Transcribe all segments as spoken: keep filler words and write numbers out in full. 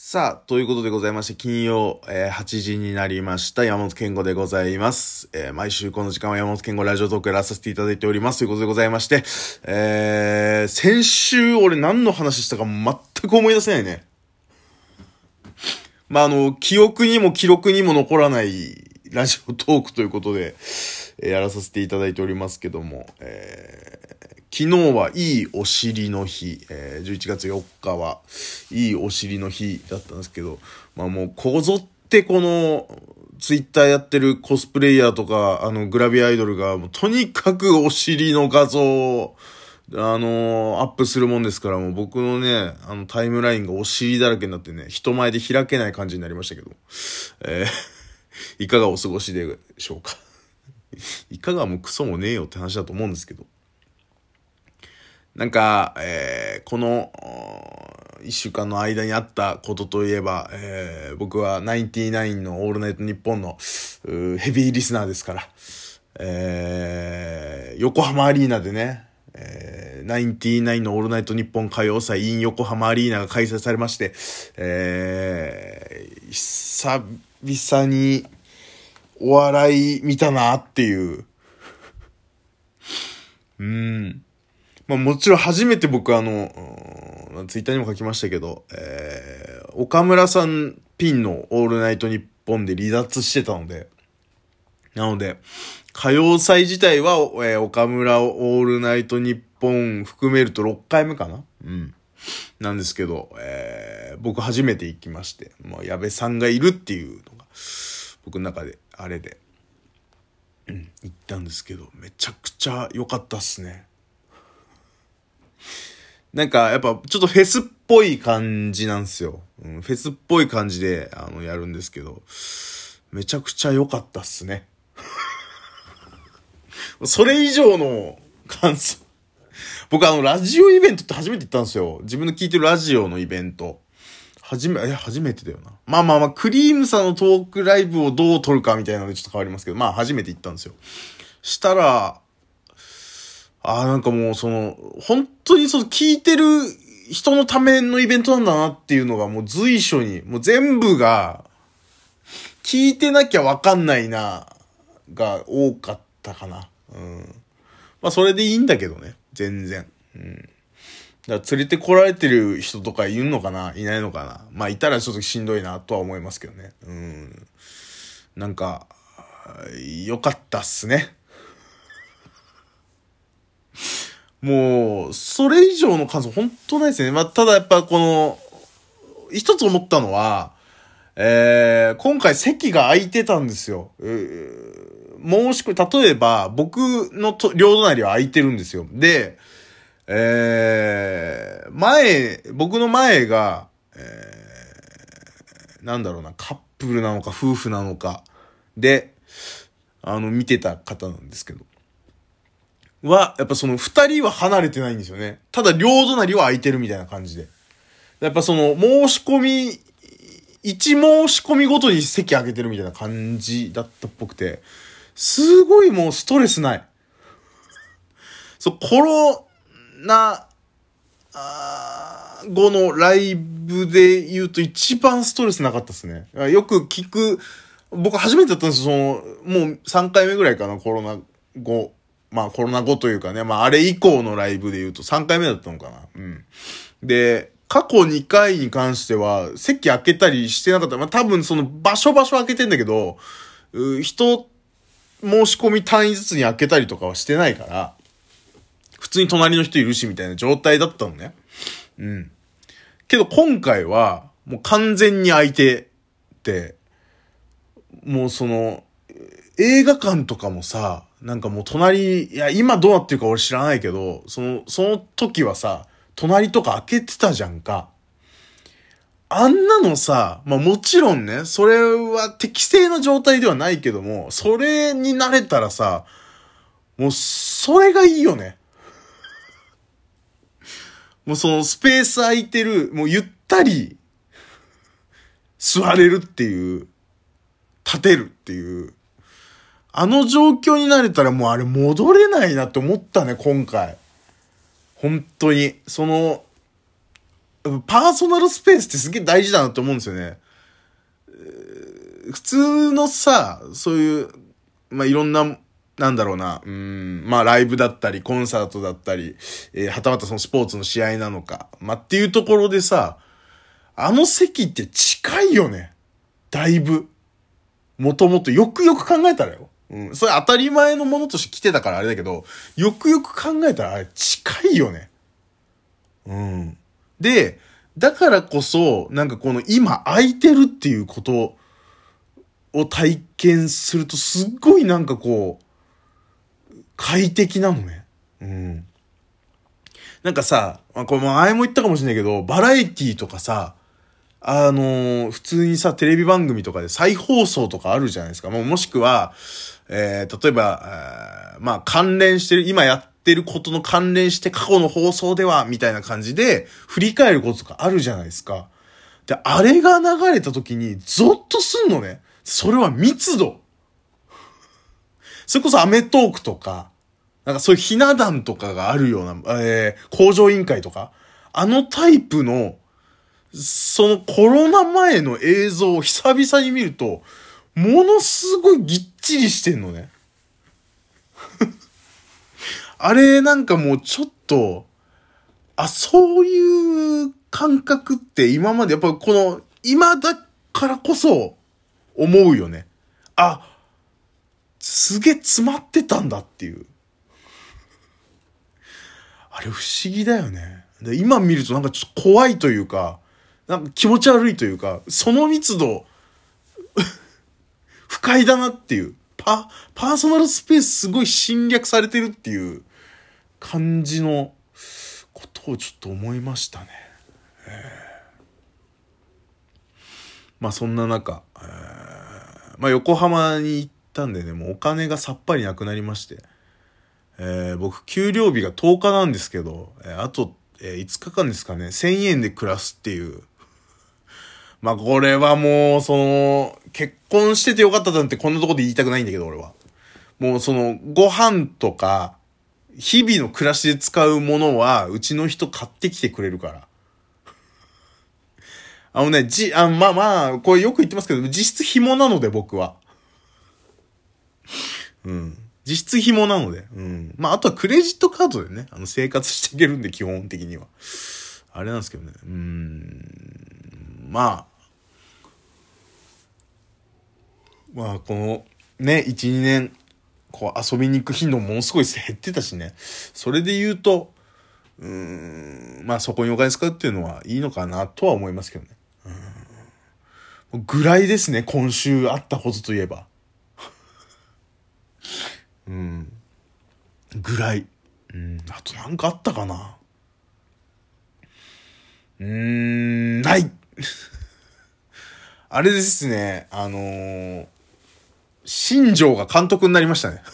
さあ、ということでございまして、金曜、えー、はちじになりました。山本健吾でございます。えー、毎週この時間は山本健吾ラジオトークやらさせていただいております。ということでございまして、えー、先週俺何の話したか全く思い出せないね。まあ、あの、記憶にも記録にも残らないラジオトークということで、えー、やらさせていただいておりますけども、えー昨日はいいお尻の日、えー、じゅういちがつよっかはいいお尻の日だったんですけど、まあもうこぞってこのツイッターやってるコスプレイヤーとかあのグラビアアイドルがもうとにかくお尻の画像をあのー、アップするもんですから、もう僕のねあのタイムラインがお尻だらけになってね、人前で開けない感じになりましたけど、えー、いかがお過ごしでしょうか。いかがもクソもねえよって話だと思うんですけど、なんか、えー、この一週間の間にあったことといえば、えー、僕はナインティナインのオールナイトニッポンのヘビーリスナーですから、えー、横浜アリーナでね、えー、ナインティナインのオールナイトニッポン歌謡祭 in 横浜アリーナが開催されまして、えー、久々にお笑い見たなっていう、うん。まあもちろん初めて僕あの、ツイッターにも書きましたけど、えー、岡村さんピンのオールナイトニッポンで離脱してたので、なので、歌謡祭自体は、えー、岡村オールナイトニッポン含めるとろっかいめかな、うん。なんですけど、えー、僕初めて行きまして、まあ、矢部さんがいるっていうのが、僕の中で、あれで、うん、行ったんですけど、めちゃくちゃ良かったっすね。なんかやっぱちょっとフェスっぽい感じなんですよ、うん、フェスっぽい感じであのやるんですけど、めちゃくちゃ良かったっすね。それ以上の感想。僕あのラジオイベントって初めて行ったんですよ。自分の聞いてるラジオのイベント初めえ初めてだよな。まあまあまあクリームさんのトークライブをどう撮るかみたいなのでちょっと変わりますけど、まあ初めて行ったんですよ。したらああ、なんかもうその、本当にその聞いてる人のためのイベントなんだなっていうのがもう随所に、もう全部が、聞いてなきゃわかんないな、が多かったかな。うん。まあそれでいいんだけどね、全然。うん。だから連れてこられてる人とかいるのかないないのかな、まあいたらちょっとしんどいなとは思いますけどね。うん。なんか、良かったっすね。もう、それ以上の感想本当ないですね。まあ、ただやっぱこの、一つ思ったのは、えー、今回席が空いてたんですよ。えー、申し込み、例えば、僕のと両隣は空いてるんですよ。で、えー、前、僕の前が、えー、なんだろうな、カップルなのか夫婦なのか、で、あの、見てた方なんですけど。は、やっぱその二人は離れてないんですよね。ただ両隣は空いてるみたいな感じで。やっぱその申し込み、一申し込みごとに席空けてるみたいな感じだったっぽくて、すごいもうストレスない。そう、コロナ後のライブで言うと一番ストレスなかったですね。よく聞く、僕初めてだったんですよ。その、もうさんかいめぐらいかな、コロナ後。まあコロナ後というかね、まああれ以降のライブで言うとさんかいめだったのかな。うん。で、過去にかいに関しては席開けたりしてなかった。まあ多分その場所場所開けてんだけど、人申し込み単位ずつに開けたりとかはしてないから、普通に隣の人いるしみたいな状態だったのね。うん。けど今回はもう完全に空いてて、もうその、映画館とかもさ、なんかもう隣、いや今どうなってるか俺知らないけど、その、その時はさ、隣とか開けてたじゃんか。あんなのさ、まあもちろんね、それは適正な状態ではないけども、それに慣れたらさ、もうそれがいいよね。もうそのスペース空いてる、もうゆったり座れるっていう、立てるっていう、あの状況になれたらもうあれ戻れないなって思ったね、今回。本当に。その、 パーソナルスペースってすげえ大事だなって思うんですよね。普通のさ、そういう、まあ、いろんな、なんだろうな、うーん、まあ、ライブだったり、コンサートだったり、えー、はたまたそのスポーツの試合なのか、まあ、っていうところでさ、あの席って近いよね。だいぶ。もともとよくよく考えたらよ。うん。それ当たり前のものとして来てたからあれだけど、よくよく考えたらあれ近いよね。うん。で、だからこそ、なんかこの今空いてるっていうことを体験するとすっごいなんかこう、快適なのね。うん。なんかさ、まあ、これ前も言ったかもしれないけど、バラエティとかさ、あのー、普通にさ、テレビ番組とかで再放送とかあるじゃないですか。も, もしくは、えー、例えば、えー、まあ、関連してる、今やってることの関連して過去の放送では、みたいな感じで、振り返ることとかあるじゃないですか。で、あれが流れた時に、ゾッとすんのね。それは密度。それこそアメトークとか、なんかそういうひな壇とかがあるような、えー、工場委員会とか、あのタイプの、そのコロナ前の映像を久々に見ると、ものすごいぎっちりしてんのね。あれなんかもうちょっと、あ、そういう感覚って今までやっぱこの、今だからこそ思うよね。あ、すげえ詰まってたんだっていう。あれ不思議だよね。で今見るとなんかちょっと怖いというか、なんか気持ち悪いというか、その密度、不快だなっていう。パ、パーソナルスペースすごい侵略されてるっていう感じのことをちょっと思いましたね。まあそんな中、えー、まあ横浜に行ったんでね、もうお金がさっぱりなくなりまして、えー、僕給料日がとおかなんですけど、えー、あと、えー、いつかかんですかね、せんえんで暮らすっていう。まあこれはもう、その、結婚しててよかったなんてこんなとこで言いたくないんだけど、俺は。もうその、ご飯とか、日々の暮らしで使うものは、うちの人買ってきてくれるから。あのね、じ、あ、まあまあ、これよく言ってますけど、実質紐なので僕は。うん。実質紐なので。うん。まああとはクレジットカードでね、あの生活していけるんで、基本的には。あれなんですけどね。うーん。まあ。まあこの、ね、いち、にねん、こう遊びに行く頻度もものすごい減ってたしね。それで言うと、うーん、まあそこにお金使うっていうのはいいのかなとは思いますけどね。うん、ぐらいですね、今週あったことといえば。うん。ぐらい。うん。あとなんかあったかな。うーん、ない。あれですね、あのー、新庄が監督になりましたね。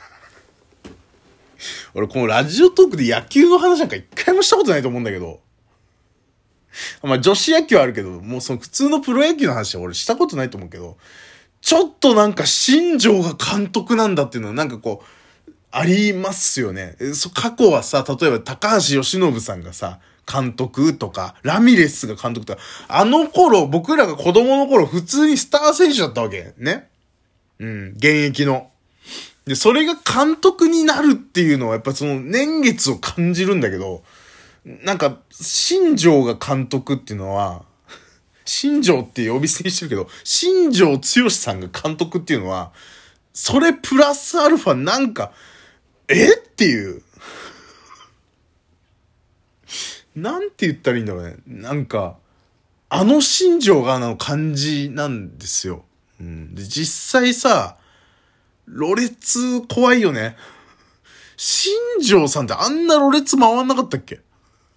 俺このラジオトークで野球の話なんか一回もしたことないと思うんだけど。まあ女子野球はあるけど、もうその普通のプロ野球の話は俺したことないと思うけど、ちょっとなんか新庄が監督なんだっていうのはなんかこう、ありますよね。そ過去はさ、例えば高橋由伸さんがさ、監督とか、ラミレスが監督とか、あの頃、僕らが子供の頃普通にスター選手だったわけ。ね。うん、現役の。で、それが監督になるっていうのはやっぱその年月を感じるんだけど、なんか、新庄が監督っていうのは、新庄って呼び捨てにしてるけど、新庄剛志さんが監督っていうのは、それプラスアルファなんか、えっていう。なんて言ったらいいんだろうね。なんか、あの新庄がの感じなんですよ。うん、で実際さ、ろれつ怖いよね。新庄さんってあんなろれつ回んなかったっけ？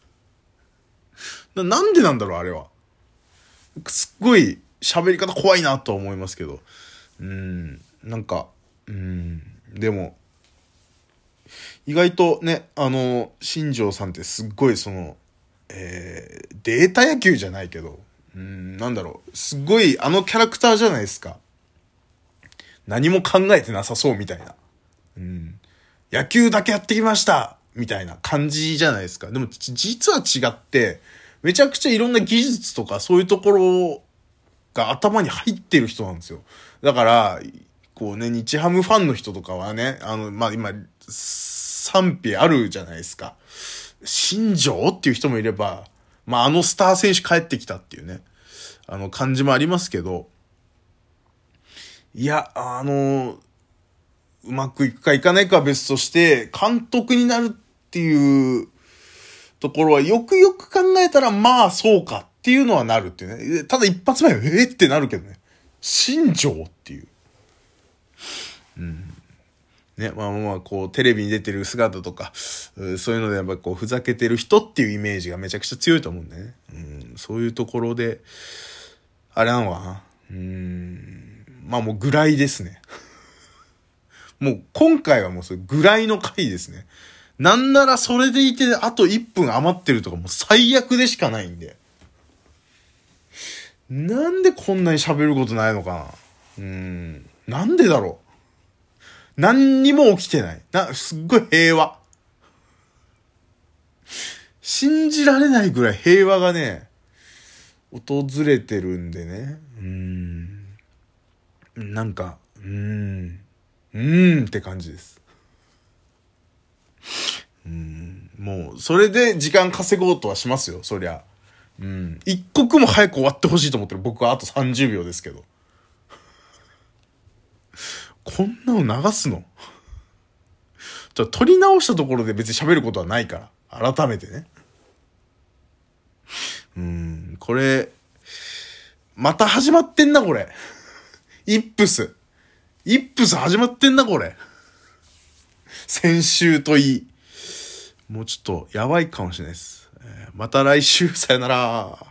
な、なんでなんだろうあれは。すっごい喋り方怖いなとは思いますけど。うーん、なんか、うーん、でも、意外とね、あの、新庄さんってすっごいその、えー、データ野球じゃないけど、うーん、なんだろう、すっごいあのキャラクターじゃないですか。何も考えてなさそうみたいな。うん。野球だけやってきましたみたいな感じじゃないですか。でも実は違って、 めちゃくちゃいろんな技術とかそういうところが頭に入ってる人なんですよ。だから、こうね、日ハムファンの人とかはね、あの、まあ、今、賛否あるじゃないですか。新庄っていう人もいれば、まあ、あのスター選手帰ってきたっていうね、あの感じもありますけど、いや、あの、うまくいくかいかないかは別として、監督になるっていうところはよくよく考えたら、まあそうかっていうのはなるっていうね。ただ一発目は、えー、ってなるけどね。新庄っていう。うん。ね、まあまあ、こう、テレビに出てる姿とか、そういうのでやっぱこう、ふざけてる人っていうイメージがめちゃくちゃ強いと思うんだよね。うん、そういうところで、あれなのかな。うーん、まあもうぐらいですね。もう今回はもうそれぐらいの回ですね。なんならそれでいてあといっぷん余ってるとかもう最悪でしかないんで。なんでこんなに喋ることないのかな。うーん。なんでだろう。何にも起きてない。な、すっごい平和。信じられないぐらい平和がね、訪れてるんでね。うーん。なんか、うーん。うーんって感じです。うん。もう、それで時間稼ごうとはしますよ、そりゃ。うん。一刻も早く終わってほしいと思ってる。僕はあとさんじゅうびょうですけど。こんなの流すのじゃあ撮り直したところで別に喋ることはないから。改めてね。うん。これ、また始まってんな、これ。イップス。イップス始まってんな、これ。先週といい。もうちょっとやばいかもしれないです。えーまた来週、さよなら。